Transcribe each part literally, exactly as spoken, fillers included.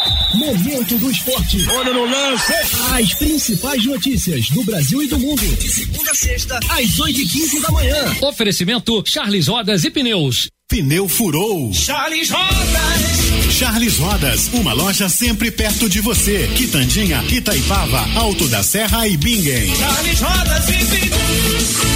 Momento do Esporte. Olha no lance. As principais notícias do Brasil e do mundo. De segunda a sexta, às oito e quinze da manhã. Oferecimento Charles Rodas e Pneus. Pneu furou. Charles Rodas. Charles Rodas, uma loja sempre perto de você. Quitandinha, Itaipava, Alto da Serra e Bingen. Charles Rodas e Pneus.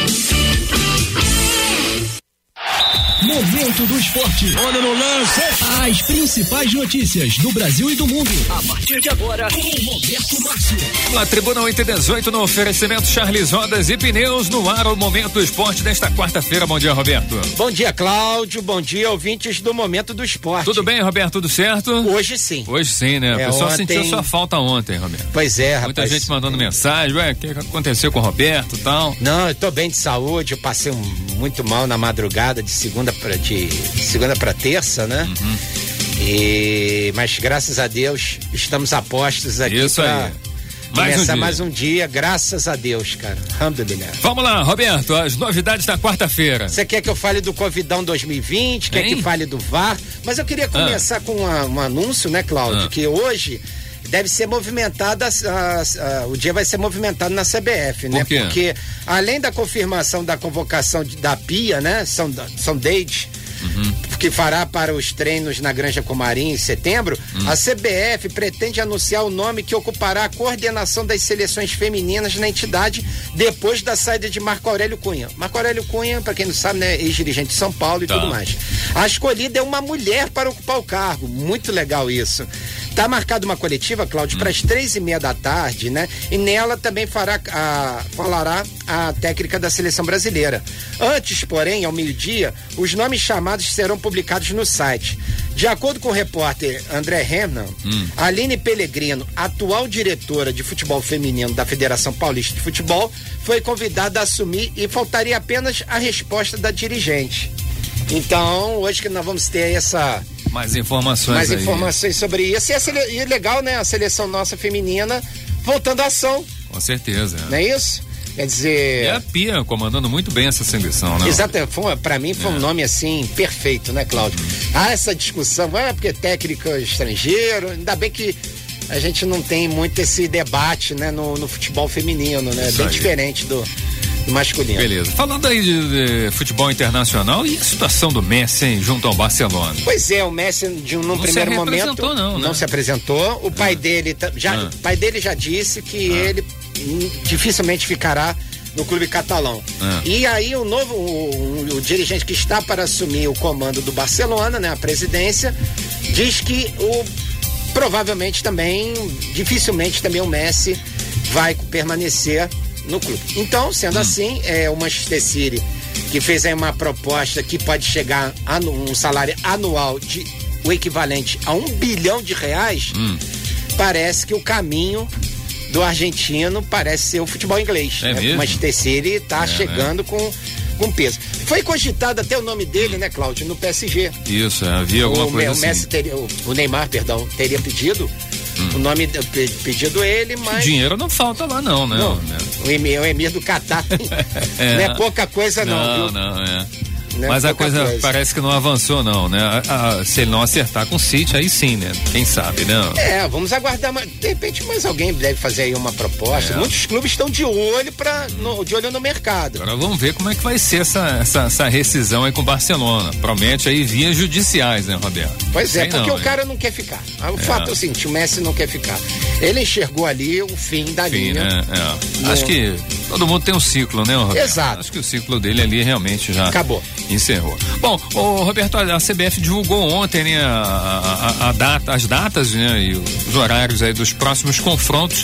Momento do Esporte. Olha no lance. As principais notícias do Brasil e do mundo. A partir de agora, com Roberto Márcio. Na Tribuna oito e dezoito, no oferecimento Charles Rodas e Pneus, no ar o Momento do Esporte desta quarta-feira. Bom dia, Roberto. Bom dia, Cláudio. Bom dia, ouvintes do Momento do Esporte. Tudo bem, Roberto? Tudo certo? Hoje sim. Hoje sim, né? É, o pessoal ontem... sentiu sua falta ontem, Roberto. Pois é, rapaz. Muita gente mandando mensagem, ué, o que aconteceu com o Roberto e tal? Não, eu tô bem de saúde, eu passei um, muito mal na madrugada de segunda pra, de segunda pra terça, né? Uhum. E, mas graças a Deus estamos a postos aqui. Isso pra aí. Mais começar um mais um dia, graças a Deus, cara. Alhamdulillah. Vamos lá, Roberto, as novidades da quarta-feira. Você quer que eu fale do Covidão dois mil e vinte? Quer que fale do V A R? Mas eu queria começar ah. com uma, um anúncio, né, Cláudio? Ah. Que hoje deve ser movimentada, a, a, o dia vai ser movimentado na C B F, né? Por quê? Porque além da confirmação da convocação de, da Pia, né? São, são dates, uhum. que fará para os treinos na Granja Comarim em setembro, uhum. a C B F pretende anunciar o nome que ocupará a coordenação das seleções femininas na entidade depois da saída de Marco Aurélio Cunha. Marco Aurélio Cunha, para quem não sabe, né, ex-dirigente de São Paulo e tá. tudo mais. A escolhida é uma mulher para ocupar o cargo, muito legal isso. Tá marcada uma coletiva, Cláudio, hum. para as três e meia da tarde, né? E nela também fará a, falará a técnica da seleção brasileira. Antes, porém, ao meio-dia, os nomes chamados serão publicados no site. De acordo com o repórter André Herman, hum. Aline Pellegrino, atual diretora de futebol feminino da Federação Paulista de Futebol, foi convidada a assumir e faltaria apenas a resposta da dirigente. Então, hoje que nós vamos ter essa... Mais informações Mais aí. informações sobre isso. E é sele... e legal, né? A seleção nossa feminina voltando à ação. Com certeza. Não é isso? Quer dizer... E a Pia comandando muito bem essa seleção, né? Exato. Pra mim foi é. um nome, assim, perfeito, né, Cláudio? Hum. Ah, essa discussão, é porque técnico estrangeiro, ainda bem que a gente não tem muito esse debate, né, no, no futebol feminino, né? Isso bem aí. Diferente do... masculino. Beleza. Falando aí de, de futebol internacional, e a situação do Messi, hein, junto ao Barcelona? Pois é, o Messi de um, num não primeiro se momento não, não né? se apresentou. O pai ah. dele já, ah. pai dele já disse que ah. ele hum, dificilmente ficará no clube catalão. Ah. E aí o novo o, o, o dirigente que está para assumir o comando do Barcelona, né, a presidência, diz que o provavelmente também, dificilmente também o Messi vai permanecer no clube. Então, sendo hum. assim, é o Manchester City, que fez aí uma proposta que pode chegar a um salário anual de o equivalente a um bilhão de reais, hum. parece que o caminho do argentino parece ser o futebol inglês. É né? mesmo? O Manchester City está é, né? com com peso. Foi cogitado até o nome dele, hum. né, Cláudio, no P S G. Isso, havia alguma o, coisa o assim. Messi teria, o, o Neymar, perdão, teria pedido Hum. o nome pedido ele, mas dinheiro não falta lá não, né? Não, né? o Emir, o Emir do Catar é. não é pouca coisa não, não, viu? não, é. Não mas é a coisa, coisa parece que não avançou não, né? A, a, se ele não acertar com o City, aí sim, né? Quem sabe, né? É, vamos aguardar, mas de repente mais alguém deve fazer aí uma proposta. É. Muitos clubes estão de olho pra, no, de olho no mercado. Agora vamos ver como é que vai ser essa, essa, essa rescisão aí com o Barcelona. Promete aí vias judiciais, né, Roberto? Pois é, Sei porque não, o cara não quer ficar. O é. fato é o seguinte, o Messi não quer ficar. Ele enxergou ali o fim da fim, linha. Né? É. No... Acho que todo mundo tem um ciclo, né, Roberto? Exato. Acho que o ciclo dele ali realmente já acabou. Encerrou. Bom, o Roberto, a C B F divulgou ontem, né, a, a, a data, as datas, né, e os horários aí dos próximos confrontos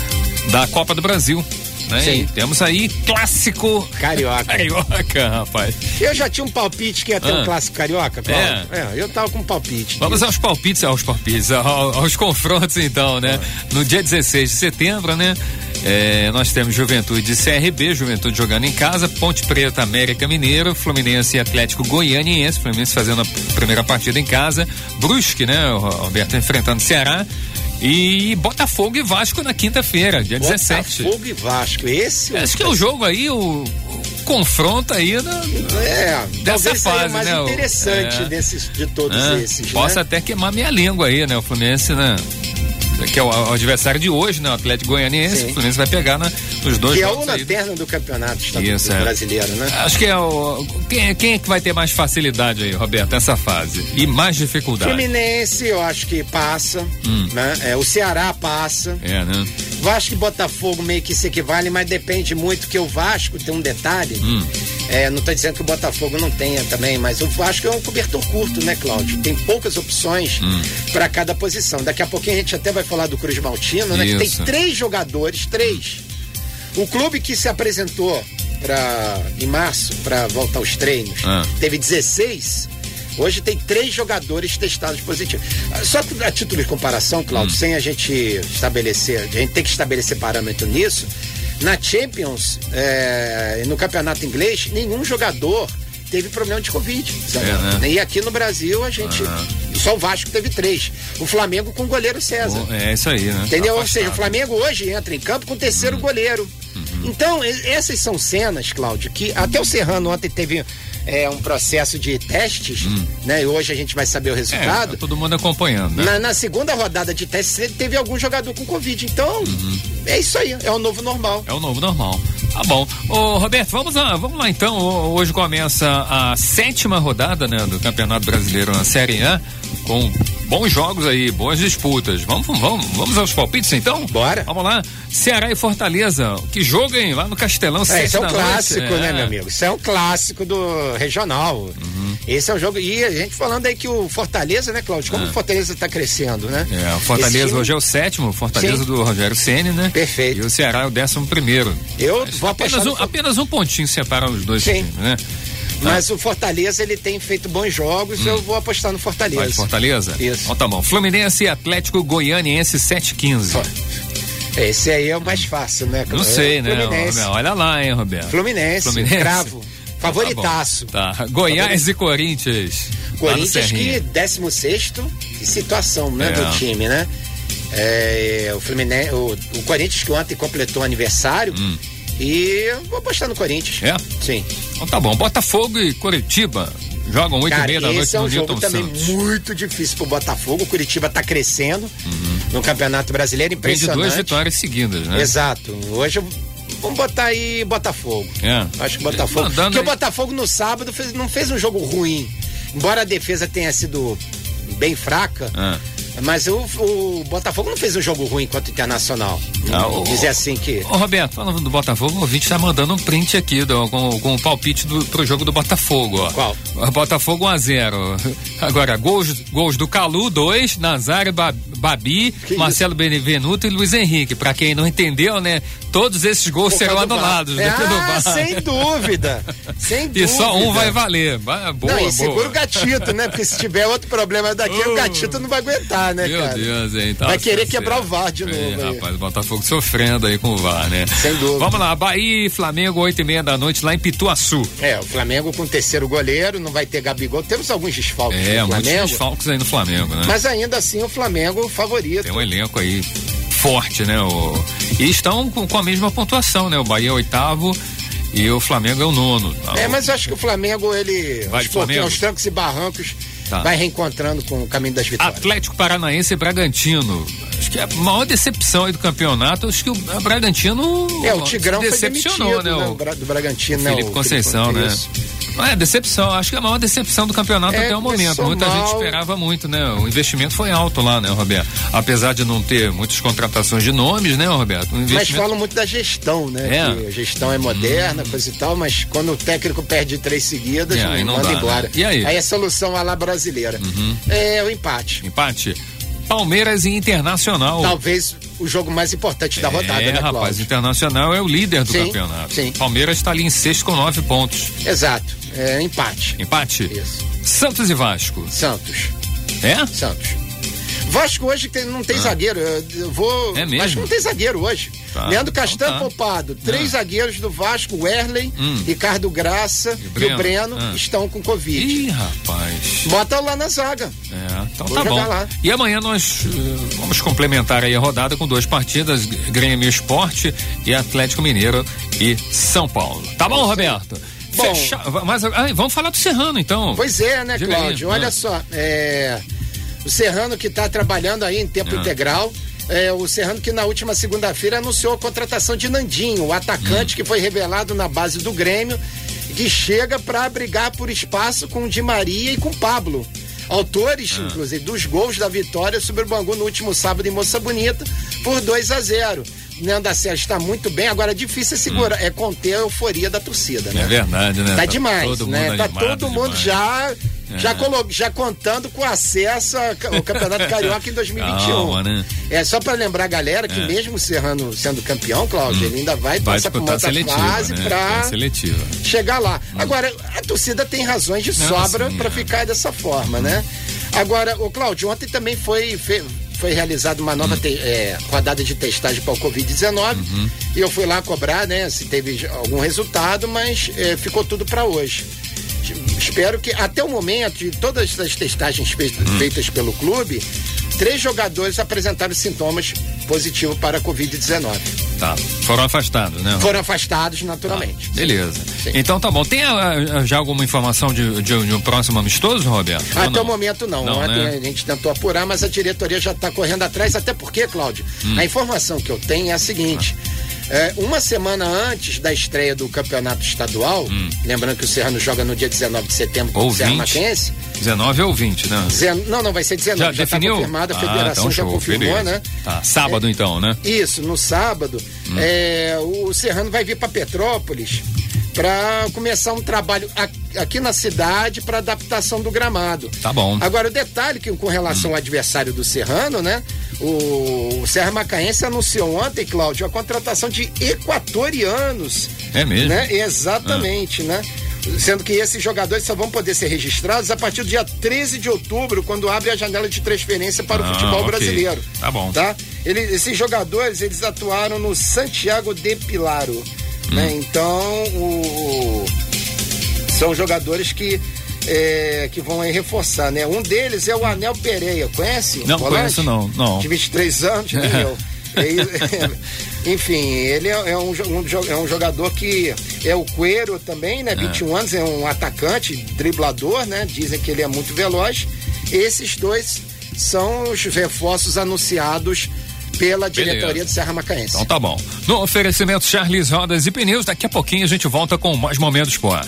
da Copa do Brasil. Né? Sim. Temos aí clássico carioca. Carioca, rapaz. Eu já tinha um palpite que ia ter ah. um clássico carioca, Cláudio. É. é, eu tava com um palpite. Vamos disso. aos palpites, aos palpites, aos, aos confrontos então, né? Ah. No dia dezesseis de setembro, né? É, nós temos Juventude e C R B, Juventude jogando em casa, Ponte Preta, América Mineiro, Fluminense e Atlético Goianiense, Fluminense fazendo a primeira partida em casa, Brusque, né? O Roberto enfrentando Ceará. E Botafogo e Vasco na quinta-feira, dia Botafogo dezessete. Botafogo e Vasco, esse... Acho que é o jogo aí, o, confronto aí na, é, dessa fase, o mais né? interessante é. desses, de todos é. esses. Posso né? até queimar minha língua aí, né? O Fluminense, né? Que é o, o adversário de hoje, né? O Atlético Goianiense. Sim. O Fluminense vai pegar né, os dois que jogos. Que é o lanterna do campeonato Isso, do é. brasileiro, né? Acho que é o. Quem, quem é que vai ter mais facilidade aí, Roberto, nessa fase? E mais dificuldade? Fluminense, eu acho que passa. Hum. Né? É, o Ceará passa. É, né? Vasco e Botafogo meio que se equivalem, mas depende muito que o Vasco tem um detalhe. Hum. É, não estou dizendo que o Botafogo não tenha também, mas o Vasco é um cobertor curto, né, Cláudio? Tem poucas opções hum. para cada posição. Daqui a pouquinho a gente até vai falar do Cruz Maltino, né? Que tem três jogadores, três. O clube que se apresentou pra, em março para voltar aos treinos, ah. teve dezesseis. Hoje tem três jogadores testados positivos. Só que a título de comparação, Cláudio, hum. sem a gente estabelecer, a gente tem que estabelecer parâmetro nisso. Na Champions, é, no campeonato inglês, nenhum jogador teve problema de Covid. É, né? E aqui no Brasil, a gente. Ah. Só o Vasco teve três. O Flamengo com o goleiro César. Oh, é isso aí, né? Entendeu? Tá. Ou seja, o Flamengo hoje entra em campo com o terceiro uhum. goleiro. Uhum. Então, essas são cenas, Cláudio, que até o Serrano ontem teve. É um processo de testes, hum. né? E hoje a gente vai saber o resultado. É, tá todo mundo acompanhando, né? Na, na segunda rodada de testes, teve algum jogador com Covid. Então, uhum. é isso aí. É o novo normal. É o novo normal. Tá bom. Ô, Roberto, vamos lá, vamos lá então. Hoje começa a sétima rodada, né, do Campeonato Brasileiro na Série A, com bons jogos aí, boas disputas. Vamos, vamos, vamos aos palpites então? Bora. Vamos lá. Ceará e Fortaleza, que jogo, hein? Lá no Castelão, é, sete Isso é um da clássico, noite. né, é. meu amigo? Isso é um clássico do regional. Uhum. Esse é um jogo. E a gente falando aí que o Fortaleza, né, Cláudio? Como é. o Fortaleza tá crescendo, né? É, o Fortaleza time... hoje é o sétimo, Fortaleza Sim. do Rogério Ceni, né? Perfeito. E o Ceará é o décimo primeiro. Eu Mas vou apenas um, no... apenas um pontinho separa os dois Sim. times, né? Mas ah. o Fortaleza, ele tem feito bons jogos, hum. eu vou apostar no Fortaleza. Vai de Fortaleza? Isso. Então tá bom. Fluminense e Atlético Goianiense sete quinze. Esse aí é o mais fácil, né? Não sei, é, né? Fluminense. Olha lá, hein, Roberto. Fluminense, Fluminense. cravo. Favoritaço. Tá, tá. Goiás Favorito. E Corinthians. Corinthians que décimo sexto, que situação, né, é. do time, né? É, o Fluminense, o, o Corinthians que ontem completou o aniversário hum. e eu vou apostar no Corinthians. É? Sim. Então tá bom. Botafogo e Curitiba jogam oito e meia da noite esse é um no jogo Newton também Santos. muito difícil pro Botafogo. O Curitiba tá crescendo uhum. no Campeonato Brasileiro, impressionante. Vem de duas vitórias seguidas, né? Exato. Hoje eu vamos botar aí Botafogo. É. Acho que Botafogo. Porque aí... o Botafogo no sábado fez, não fez um jogo ruim. Embora a defesa tenha sido bem fraca, ah. mas o, o Botafogo não fez um jogo ruim contra o Internacional. Ah, o, dizer assim que. Ô Roberto, falando do Botafogo, o ouvinte tá mandando um print aqui do, com, com o palpite do, pro jogo do Botafogo, ó. Qual? Botafogo um a zero. Agora, gols, gols do Calu, dois, Nazário, Babi, que Marcelo isso? Benevenuto e Luiz Henrique. Pra quem não entendeu, né? Todos esses gols Por serão anulados. É, ah, sem dúvida. Sem dúvida. E só um vai valer. Boa, não, e boa. segura o gatito, né? Porque se tiver outro problema daqui, uh, o gatito não vai aguentar, né, meu cara? Meu Deus, hein? Tá vai querer quebrar o V A R de novo. É, rapaz, o Botafogo sofrendo aí com o V A R, né? Sem dúvida. Vamos lá, Bahia e Flamengo, oito e meia da noite, lá em Pituaçu. É, o Flamengo com o terceiro goleiro, não vai ter Gabigol. Temos alguns desfalques é, no Flamengo. É, muitos desfalques aí no Flamengo, né? Mas ainda assim, o Flamengo favorito. Tem um elenco aí forte, né? O... E estão com, com a mesma pontuação, né? O Bahia é o oitavo e o Flamengo é o nono. É, mas eu acho que o Flamengo, ele vai de Flamengo, aos trancos e barrancos, tá. vai reencontrando com o caminho das vitórias. Atlético Paranaense e Bragantino. Acho que a maior decepção aí do campeonato, acho que o Bragantino é, o Tigrão decepcionou, foi demitido, né? O, do Bragantino, o né? Felipe Conceição, né? Isso. Não é decepção, acho que é a maior decepção do campeonato é, até o momento. Muita mal. gente esperava muito, né? O investimento foi alto lá, né, Roberto? Apesar de não ter muitas contratações de nomes, né, Roberto? O investimento... Mas falam muito da gestão, né? É. Que a gestão é moderna, hum. coisa e tal, mas quando o técnico perde três seguidas, é, não manda dá, embora. Né? E aí? Aí é solução à la brasileira. Uhum. É o empate. Empate? Palmeiras e Internacional. Talvez o jogo mais importante da é, rodada, né, rapaz, Cláudio? Internacional é o líder do sim, campeonato. Sim. Palmeiras está ali em sexto com nove pontos. Exato, é empate. Empate? Isso. Santos e Vasco. Santos. É? Santos. Vasco hoje tem, não tem ah. zagueiro. Eu, eu vou. É mesmo? Vasco não tem zagueiro hoje. Tá. Leandro Castan então tá. poupado. Três ah. zagueiros do Vasco, Werley, hum. Ricardo Graça e o Breno, e o Breno ah. estão com Covid. Ih, rapaz. Bota lá na zaga. É, então vou tá bom. Lá. E amanhã nós uh, vamos complementar aí a rodada com duas partidas: Grêmio Esporte e Atlético Mineiro e São Paulo. Tá bom, Roberto? Bom, Fecha... Mas ah, vamos falar do Serrano, então. Pois é, né, Diga Cláudio? Aí. Olha ah. só, é... o Serrano que está trabalhando aí em tempo ah. integral. É, o Serrano que na última segunda-feira anunciou a contratação de Nandinho, o atacante hum. que foi revelado na base do Grêmio, que chega para brigar por espaço com o Di Maria e com o Pablo. Autores, ah. inclusive, dos gols da vitória sobre o Bangu no último sábado em Moça Bonita, por dois a zero. Nanda Sérgio está muito bem, agora é difícil segurar, hum. é conter a euforia da torcida, né? É verdade, né? Tá, tá demais, todo né? Mundo tá animado, todo mundo demais. já É. Já, colo... já contando com acesso ao Campeonato Carioca em dois mil e vinte e um. Calma, né? É só para lembrar a galera que é. mesmo o Serrano sendo campeão, Cláudio, hum. ele ainda vai, vai passar por uma outra fase né? para é chegar lá. Hum. Agora, a torcida tem razões de Não, sobra para é. ficar dessa forma, hum. né? Agora, o Cláudio, ontem também foi... foi foi realizada uma nova hum. te, é, rodada de testagem para o covid dezenove uhum. e eu fui lá cobrar, né, se teve algum resultado, mas é, ficou tudo para hoje. Espero que até o momento de todas as testagens feitas, hum. feitas pelo clube, três jogadores apresentaram sintomas positivos para a covid dezenove. Tá, foram afastados, né? Foram afastados naturalmente. Tá. Beleza. Sim. Então tá bom. Tem a, a, já alguma informação de, de, de um próximo amistoso, Roberto? Até o momento não. não né? A gente tentou apurar, mas a diretoria já está correndo atrás, até porque, Cláudio, hum. a informação que eu tenho é a seguinte. Ah. É, uma semana antes da estreia do campeonato estadual, hum. lembrando que o Serrano joga no dia dezenove de setembro com o Serra Maquense. dezenove ou vinte, né? Dezen... Não, não, vai ser dezenove. Já está confirmado, a federação ah, então já show, confirmou, beleza. né? Tá, sábado é, então, né? Isso, no sábado, hum. é, o Serrano vai vir para Petrópolis para começar um trabalho aqui na cidade para adaptação do gramado. Tá bom. Agora, o detalhe que com relação hum. ao adversário do Serrano, né? O, o Serra Macaense anunciou ontem, Cláudio, a contratação de equatorianos. É mesmo? Né? Exatamente, ah. né? Sendo que esses jogadores só vão poder ser registrados a partir do dia treze de outubro, quando abre a janela de transferência para ah, o futebol okay. brasileiro. Tá bom. Tá? Ele, esses jogadores, eles atuaram no Santiago de Pilaro. Hum. Né? Então, o, são jogadores que É, que vão aí reforçar, né? Um deles é o Anel Pereira, conhece? Não, volante? conheço não, não. De vinte e três anos, nem eu. É, enfim, ele é, é, um, um, é um jogador que é o Cuero também, né? vinte e um é. anos, é um atacante, driblador, né? Dizem que ele é muito veloz. Esses dois são os reforços anunciados pela diretoria Beleza. do Serra Macaense. Então tá bom. No oferecimento Charles Rodas e Pneus, daqui a pouquinho a gente volta com mais Momento Esporte.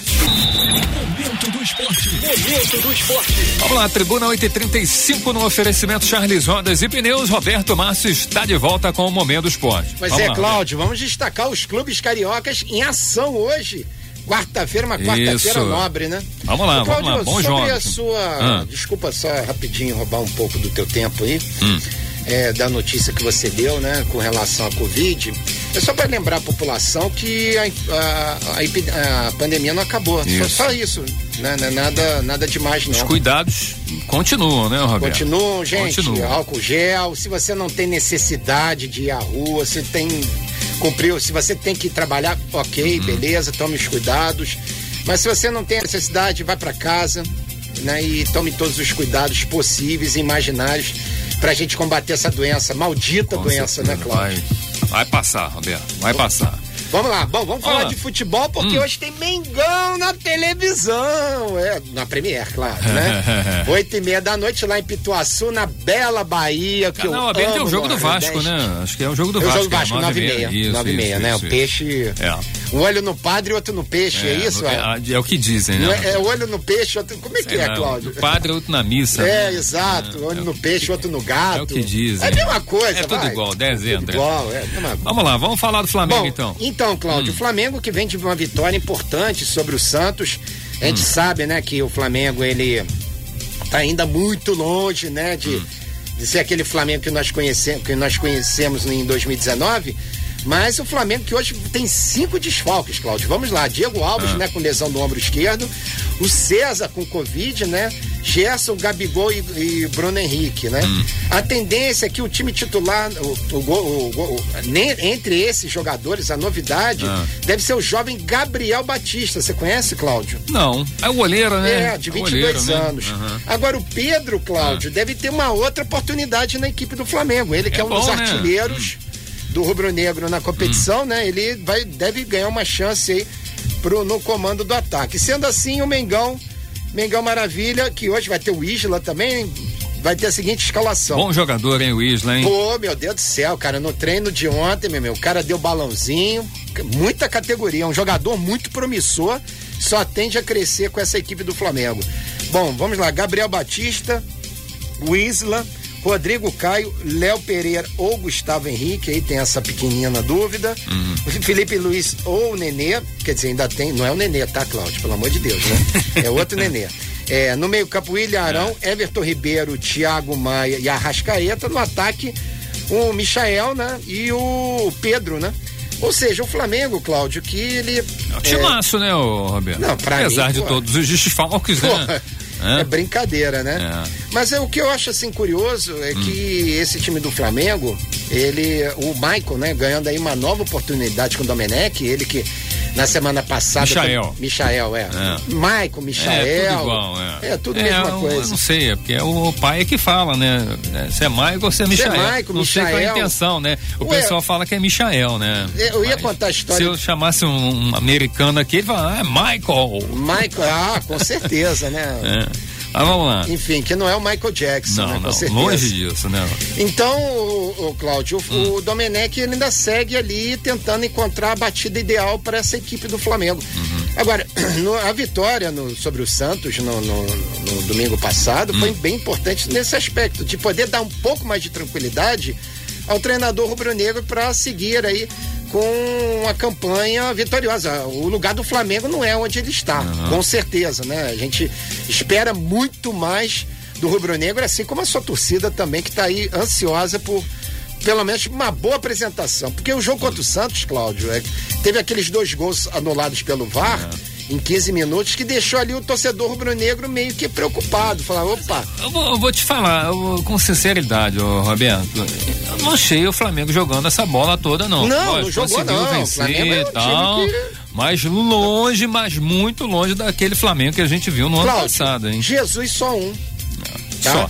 Momento do Esporte. Momento do Esporte. Vamos lá, Tribuna oito e trinta e cinco no oferecimento Charles Rodas e Pneus. Roberto Márcio está de volta com o Momento do Esporte. Pois vamos é, lá, Cláudio, vamos destacar os clubes cariocas em ação hoje. Quarta-feira, uma quarta-feira nobre, né? Vamos lá, Cláudio, vamos lá, bom sobre jogo. a sua, ah. desculpa só rapidinho roubar um pouco do teu tempo aí. Hum. É, da notícia que você deu, né, com relação à Covid, é só para lembrar a população que a, a, a, a pandemia não acabou. Isso. Só, só isso, né? Não é nada, nada demais, não. Os cuidados continuam, né, Roberto? Continuam, gente. Continuam. Álcool gel. Se você não tem necessidade de ir à rua, se tem cumpriu, se você tem que trabalhar, ok, uhum. beleza, tome os cuidados. Mas se você não tem necessidade, vai para casa, né, e tome todos os cuidados possíveis e imaginários pra gente combater essa doença, maldita Com doença, certeza, né, Cláudio? Vai, vai passar, Roberto, vai Bom, passar. Vamos lá, bom, vamos falar ah. de futebol, porque hum. hoje tem Mengão na televisão, é, na Premiere, claro, né? Oito e meia da noite lá em Pituaçu, na bela Bahia, que Canal eu aberto amo. É o jogo do Vasco, né? Acho que é o jogo do Vasco. É o jogo do Vasco, nove e meia, nove e meia, né? Isso, o peixe, é. um olho no padre e outro no peixe, é, é isso? É, é, é o que dizem, né? É, é olho no peixe, outro, como é Sei que é, não, Cláudio? O padre, outro na missa. É, né? exato, olho é, no peixe, outro no gato. É o que dizem. É a mesma coisa, É tudo vai. igual, dezembro. Tudo igual, é. Mesma... Vamos lá, vamos falar do Flamengo, Bom, então. Então, Cláudio, hum. o Flamengo que vem de uma vitória importante sobre o Santos. A gente hum. sabe, né, que o Flamengo, ele tá ainda muito longe, né, de, hum. de ser aquele Flamengo que nós conhecemos, que nós conhecemos em dois mil e dezenove. Mas o Flamengo que hoje tem cinco desfalques, Cláudio. Vamos lá, Diego Alves, ah. né, com lesão do ombro esquerdo, o César com Covid, né, Gerson, Gabigol e, e Bruno Henrique, né? Hum. A tendência é que o time titular, o, o, o, o, o, entre esses jogadores, a novidade ah. deve ser o jovem Gabriel Batista. Você conhece, Cláudio? Não. É o goleiro, né? É, de vinte e dois goleiro, anos. Né? Uhum. Agora, o Pedro, Cláudio, ah. deve ter uma outra oportunidade na equipe do Flamengo. Ele que é, é um bom, dos artilheiros, né? Hum. do rubro-negro na competição, hum. né? Ele vai, deve ganhar uma chance aí pro, no comando do ataque. Sendo assim, o Mengão Mengão Maravilha, que hoje vai ter o Isla também, vai ter a seguinte escalação. Bom jogador, hein, o Isla, hein? Pô, meu Deus do céu, cara, no treino de ontem, meu, meu, o cara deu balãozinho, muita categoria, um jogador muito promissor, só tende a crescer com essa equipe do Flamengo. Bom, vamos lá, Gabriel Batista, o Isla, Rodrigo Caio, Léo Pereira ou Gustavo Henrique, aí tem essa pequenina dúvida. Uhum. Felipe Luiz ou Nenê, quer dizer, ainda tem, não é o Nenê, tá, Cláudio? Pelo amor de Deus, né? É outro Nenê. É, no meio campo, William Arão, é. Everton Ribeiro, Thiago Maia e Arrascaeta. No ataque, o Michael, né? E o Pedro, né? Ou seja, o Flamengo, Cláudio, que ele... É um timaço, é... né, ô, Roberto? Não, pra Apesar mim, de pô, todos os desfalques, né? É? é brincadeira, né? É. Mas é, o que eu acho assim curioso é hum. que esse time do Flamengo, ele, o Michael, né, ganhando aí uma nova oportunidade com o Domenech, ele que na semana passada. Michael. Foi, Michael, é. é. Michael, Michael. É tudo igual, é. É tudo a é, mesma eu, coisa. Eu não sei, é porque é o pai que fala, né? Se é Michael ou se é Michael. Se é Michael, não Michael. sei qual é a intenção, né? O Ué, pessoal fala que é Michael, né? Eu ia Mas contar a história. Se eu chamasse um, um americano aqui, ele fala, ah, é Michael. Michael, ah, com certeza, né? É. Ah, vamos lá. Enfim, que não é o Michael Jackson, não, né? Com não, certeza. longe disso, né? Então, o, o Cláudio, hum. o Domenech ele ainda segue ali tentando encontrar a batida ideal para essa equipe do Flamengo. Uhum. Agora, no, a vitória no, sobre o Santos no, no, no domingo passado hum. foi bem importante nesse aspecto, de poder dar um pouco mais de tranquilidade ao treinador rubro-negro para seguir aí com a campanha vitoriosa. O lugar do Flamengo não é onde ele está, uhum. com certeza, né? A gente espera muito mais do rubro-negro, assim como a sua torcida também, que está aí ansiosa por pelo menos uma boa apresentação, porque o jogo contra o Santos, Cláudio, é, teve aqueles dois gols anulados pelo V A R uhum. em quinze minutos, que deixou ali o torcedor rubro-negro meio que preocupado, falar, opa. Eu vou, eu vou te falar, eu, com sinceridade, ô, Roberto, eu não achei o Flamengo jogando essa bola toda, não. Não, Lógico, não jogou não, vencer o Flamengo é um tal, time que... mas longe, mas muito longe daquele Flamengo que a gente viu no Cláudio, ano passado, hein? Jesus só um. Tá? Só.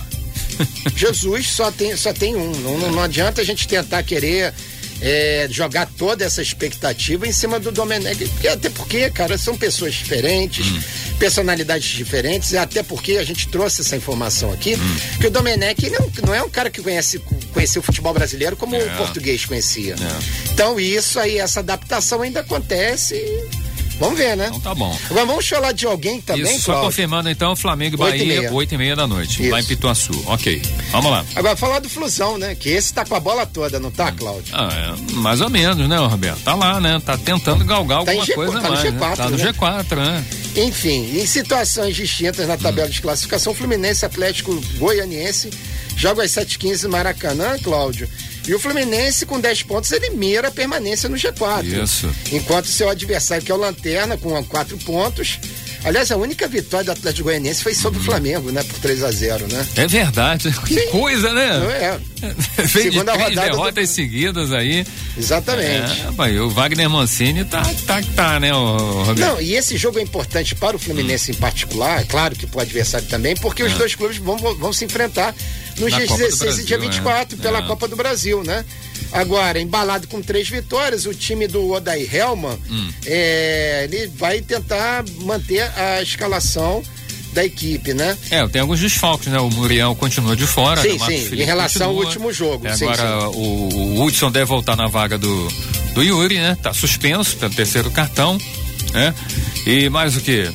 Jesus só tem, só tem um, não, não, não adianta a gente tentar querer É, jogar toda essa expectativa em cima do Domenech, até porque, cara, são pessoas diferentes, hum. personalidades diferentes, e até porque a gente trouxe essa informação aqui, hum. que o Domenech não, não é um cara que conhece, conhecia o futebol brasileiro como é. o português conhecia. É. Então isso aí, essa adaptação ainda acontece e... Vamos ver, né? Então tá bom. Agora vamos falar de alguém também, Isso, só Cláudio? Confirmando então, Flamengo e Bahia, oito e meia da noite, Isso. lá em Pituaçu. Ok, vamos lá. Agora falar do Flusão, né? Que esse tá com a bola toda, não tá, Cláudio? Ah, é, mais ou menos, né, Roberto? Tá lá, né? Tá tentando galgar tá alguma G, coisa tá mais. No G quatro, né? Tá no né? G quatro, né? Enfim, em situações distintas na tabela hum. de classificação, Fluminense, Atlético Goianiense, joga às sete e quinze no Maracanã, Cláudio. E o Fluminense, com dez pontos, ele mira a permanência no G quatro. Isso. Enquanto seu adversário, que é o Lanterna, com quatro pontos. Aliás, a única vitória do Atlético Goianiense foi sobre uhum. o Flamengo, né? Por três a zero, né? É verdade. Que Sim. coisa, né? Não é. Vem de três derrotas do... seguidas aí. Exatamente. É, pai, o Wagner Mancini tá, tá, tá, né, o Roberto? Não, e esse jogo é importante para o Fluminense hum. em particular, claro que para o adversário também, porque é. os dois clubes vão, vão se enfrentar nos dias dezesseis Brasil, e dia vinte e quatro, é. pela é. Copa do Brasil, né? Agora, embalado com três vitórias, o time do Odair Hellmann, hum. é, ele vai tentar manter a escalação da equipe, né? É, tem alguns desfalques, né? O Muriel continua de fora. Sim, sim, Felipe em relação continua. ao último jogo. É, sim, agora, sim. O, o Hudson deve voltar na vaga do, do Yuri, né? Tá suspenso pelo terceiro cartão, né? E mais o quê?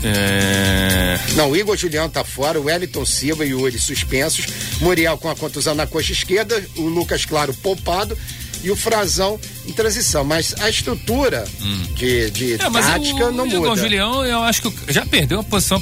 É... Não, o Igor Julião tá fora, o Wellington Silva e o Yuri suspensos, Muriel com a contusão na coxa esquerda, o Lucas Claro poupado e o Frazão em transição, mas a estrutura hum. de, de é, tática o, não o muda. O Igor Julião, eu acho que já perdeu a posição pro,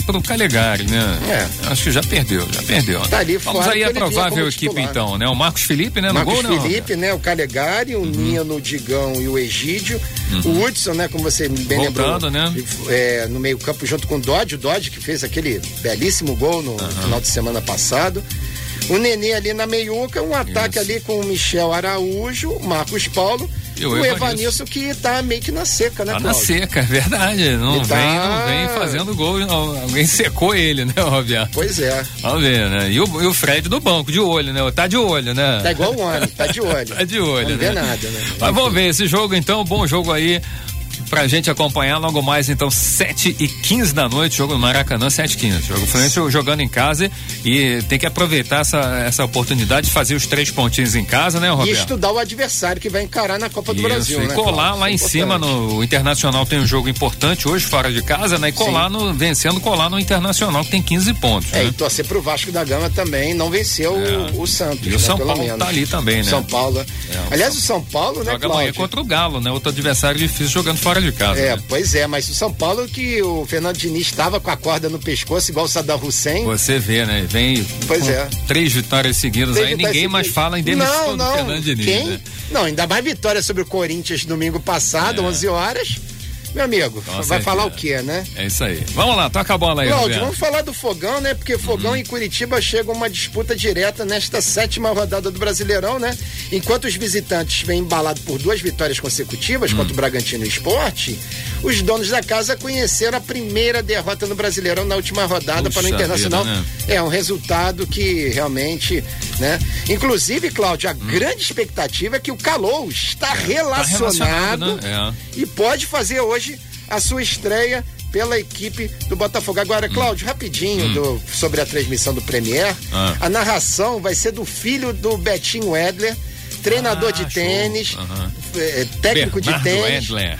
pro Calegari, né? É. Acho que já perdeu, já perdeu. Tá ali Vamos fora aí a que ele vinha provável como equipe titular, então, né? O Marcos Felipe, né? No Marcos gol, Felipe, não? né? O Calegari, o Nino, o Digão e o Egídio. O Hudson, né? Como você bem Voltando, lembrou. né? É, no meio campo junto com o Dodge, o Dodge que fez aquele belíssimo gol no uhum. final de semana passado. O Nenê ali na meiuca, um ataque Isso. ali com o Michel Araújo, o Marcos Paulo e o, o Evanilson que tá meio que na seca, né, Tá Cláudio? na seca, é verdade. Não, vem, tá... não vem fazendo gol, não. Alguém secou ele, né, Roberto? Pois é. Vamos ver, né? E o, e o Fred no banco, de olho, né? Tá de olho, né? Tá igual o homem, tá de olho. Tá de olho, não né? Não vê nada, né? Mas vamos ver esse jogo então, bom jogo aí pra gente acompanhar logo mais, então, sete e quinze da noite, jogo no Maracanã, sete e quinze. Jogo Fluminense jogando em casa e tem que aproveitar essa, essa oportunidade de fazer os três pontinhos em casa, né, Roberto? E estudar o adversário que vai encarar na Copa do Isso, Brasil, e né? colar Cláudio? lá em Importante. cima no Internacional tem um jogo importante hoje, fora de casa, né? E colar no, vencendo, colar no Internacional, que tem quinze pontos. É, né? e torcer pro Vasco da Gama também, não venceu é. o, o Santos. E o né, São pelo Paulo menos. tá ali também, né? São Paulo. É, Aliás, o São Paulo, né, joga amanhã contra o Galo, né? Outro adversário difícil jogando fora de casa. É, né? Pois é, mas o São Paulo que o Fernando Diniz estava com a corda no pescoço, igual o Saddam Hussein. Você vê, né? Vem pois com é. três vitórias seguidas três aí, vitórias ninguém seguidas. mais fala em demissão não, não. do Fernando Diniz. Quem? Né? Não, ainda mais vitória sobre o Corinthians domingo passado, É. onze horas. Meu amigo, Com vai certeza. falar o quê, né? É isso aí. Vamos lá, toca a bola aí, Cláudio, Roberto. vamos falar do Fogão, né? Porque Fogão Uhum. e Curitiba chegam a uma disputa direta nesta sétima rodada do Brasileirão, né? Enquanto os visitantes vêm embalados por duas vitórias consecutivas Uhum. contra o Bragantino e o Sport, os donos da casa conheceram a primeira derrota no Brasileirão na última rodada Puxa para o Internacional. vida, né? É um resultado que realmente, né? Inclusive, Cláudio, a Hum. grande expectativa é que o Calou está É, relacionado, tá relacionado, né? e pode fazer hoje a sua estreia pela equipe do Botafogo. Agora, Cláudio, rapidinho Hum. do, sobre a transmissão do Premier, Ah. a narração vai ser do filho do Betinho Edler, treinador Ah, de show. tênis, Aham. é, técnico Bernardo de tênis. Edler.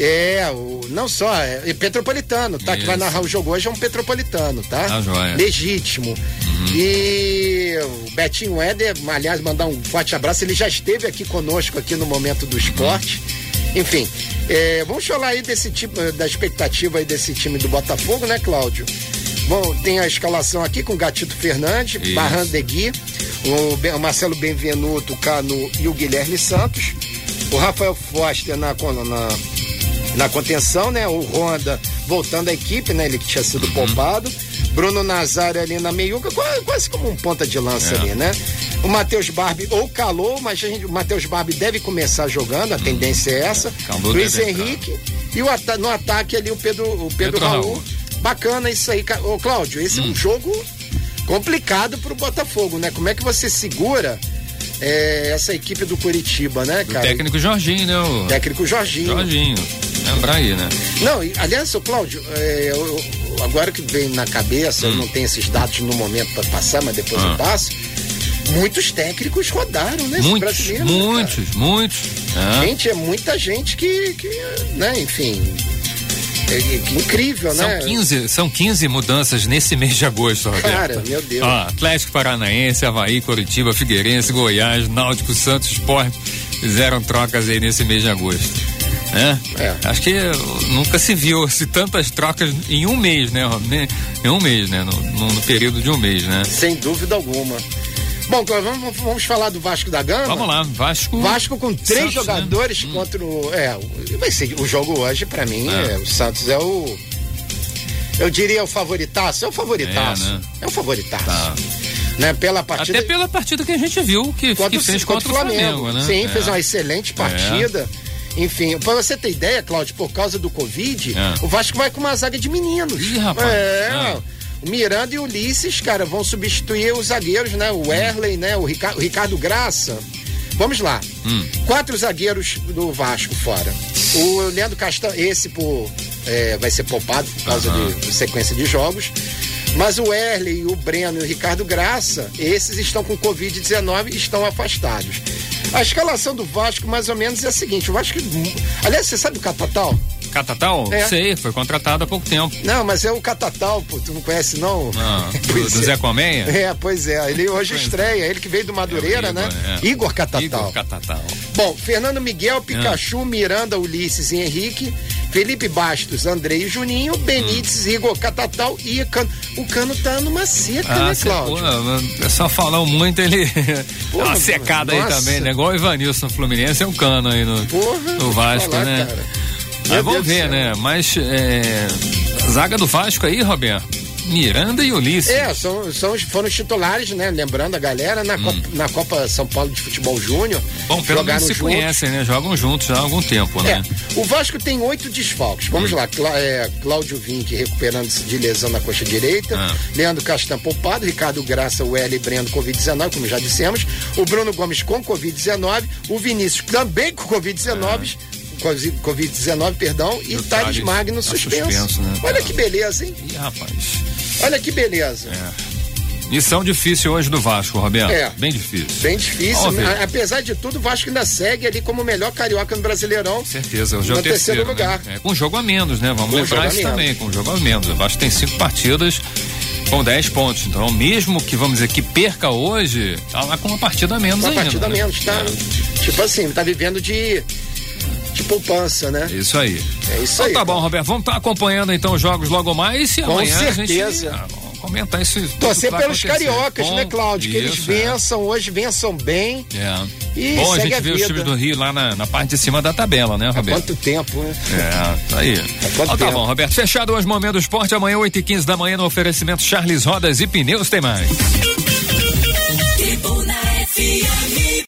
É, o, não só, é, é petropolitano, tá? Isso. Que vai narrar o jogo hoje é um petropolitano, tá? Tá joia. Legítimo. E o Betinho Éder, aliás, mandar um forte abraço, ele já esteve aqui conosco aqui no Momento do Esporte. Enfim, é, vamos falar aí desse tipo, da expectativa aí desse time do Botafogo, né, Cláudio? Bom, tem a escalação aqui com o Gatito Fernandes, Isso. Barrandegui, o, Ben- o Marcelo Benvenuto, o Canu e o Guilherme Santos, o Rafael Foster na, na, na contenção, né? O Honda voltando à equipe, né? Ele que tinha sido Uhum. poupado. Bruno Nazário ali na meiuca, quase, quase como um ponta de lança É. ali, né? O Matheus Barbie ou Calou, mas a gente, o Matheus Barbie deve começar jogando, a tendência é essa. Calou Luiz deve Henrique e o ata- no ataque ali o Pedro, o Pedro, Pedro Raul. Raul. Bacana isso aí. Ca- Ô, Cláudio, esse é um jogo complicado pro Botafogo, né? Como é que você segura é, essa equipe do Curitiba, né, O cara? técnico Jorginho, né? O Técnico Jorginho. Jorginho. Lembra aí, né? Não, e, aliás, ô Cláudio, é, eu- eu- agora que vem na cabeça, eu não tenho esses dados no momento para passar, mas depois Ah. eu passo. Muitos técnicos rodaram nesse Muitos, brasileiro. né, muitos, muitos. cara? É. Gente, é muita gente que, que né, enfim. É, é, que incrível, São né? quinze, são quinze mudanças nesse mês de agosto, Roberto. Cara, meu Deus. Ó, Atlético Paranaense, Avaí, Curitiba, Figueirense, Goiás, Náutico, Santos, Sport fizeram trocas aí nesse mês de agosto. Né? É. Acho que nunca se viu se tantas trocas em um mês, né? Rob? Em um mês, né? No, no, no período de um mês, né? Sem dúvida alguma. Bom, Cláudio, vamos, vamos falar do Vasco da Gama? Vamos lá, Vasco. Vasco com três Santos, jogadores né? contra o. É, o- vai ser o jogo hoje, pra mim, É. é, o Santos é o. Eu diria o favoritaço. É o favoritaço. É, É, né? o favoritaço. Tá. Né? Pela partida. Até pela partida que a gente viu que, contra, que o- fez contra contra, o Flamengo, né? Sim, É. fez uma excelente partida. Enfim, pra você ter ideia, Cláudio, por causa do Covid, É. o Vasco vai com uma zaga de meninos. Ih, rapaz. É. É. O Miranda e o Ulisses, cara, vão substituir os zagueiros, né? O Erley, né? O Ricardo, o Ricardo Graça. Vamos lá. Hum. Quatro zagueiros do Vasco fora. O Leandro Castan, esse por, é, vai ser poupado por causa Aham. de, de sequência de jogos. Mas o Erley, o Breno e o Ricardo Graça, esses estão com covid dezenove e estão afastados. A escalação do Vasco, mais ou menos, é a seguinte: o Vasco. Aliás, você sabe o Catatal? Catatal? É. Sei, foi contratado há pouco tempo. Não, mas é o Catatal, pô, tu não conhece, não? Ah, do, Pois do é. Zé Colmeia? É, pois é. Ele hoje Pois é. estreia, ele que veio do Madureira, É o né? Igor, é. Igor Catatal. Igor Catatal. Bom, Fernando Miguel, Ah. Pikachu, Miranda, Ulisses e Henrique. Felipe Bastos, Andrei e Juninho, Benítez, hum. Igor, Catatal e Cano. O Cano tá numa seca, ah, né, Cláudio? É só falar muito, ele Porra, dá uma secada nossa. aí também, né? Igual o Ivanilson no Fluminense, é um Cano aí no, Porra, no Vasco, falar, né? Cara. Mas vamos ver, né? Mas é, zaga do Vasco aí, Roberto, Miranda e Ulisses. É, são, são, foram os titulares, né? Lembrando a galera, na, hum. Copa, na Copa São Paulo de Futebol Júnior. Bom, pelo menos se juntos. Conhecem, né? Jogam juntos já há algum tempo, né? É, o Vasco tem oito desfalques. Vamos hum. lá, Clá, é, Cláudio Vinck recuperando-se de lesão na coxa direita, ah. Leandro Castan poupado, Ricardo Graça, o L Breno covid dezenove, como já dissemos, o Bruno Gomes com covid dezenove, o Vinícius também com covid dezenove, ah. covid dezenove, perdão, e, e Thales Magno tá suspenso. suspenso né? Olha que beleza, hein? Ih, rapaz. Olha que beleza. É. Missão difícil hoje do Vasco, Roberto. É. Bem difícil. Bem difícil. A, apesar de tudo, o Vasco ainda segue ali como o melhor carioca no Brasileirão. Com certeza, hoje é no o terceiro, terceiro lugar. Né? É, com jogo a menos, né? Vamos com lembrar isso também, com jogo a menos. O Vasco tem cinco partidas com dez pontos. Então, mesmo que, vamos dizer, que perca hoje, tá lá com uma partida a menos uma ainda. Uma partida a né? menos, tá? É. Tipo assim, tá vivendo de... de poupança, né? Isso aí. É isso então, aí. Tá bom, Roberto. Vamos estar tá acompanhando então os jogos logo mais e com amanhã certeza. A gente, ah, vamos comentar isso. Torcer pelos cariocas, bom, né, Cláudio? Que eles vençam, é. hoje vençam bem. É. E bom, a gente a vê os times do Rio lá na, na parte de cima da tabela, né, Roberto? Há quanto tempo, né? É, tá aí. Então, tá bom, Roberto. Fechado hoje, Momento do Esporte. Amanhã, oito e quinze da manhã, no oferecimento Charles Rodas e Pneus tem mais.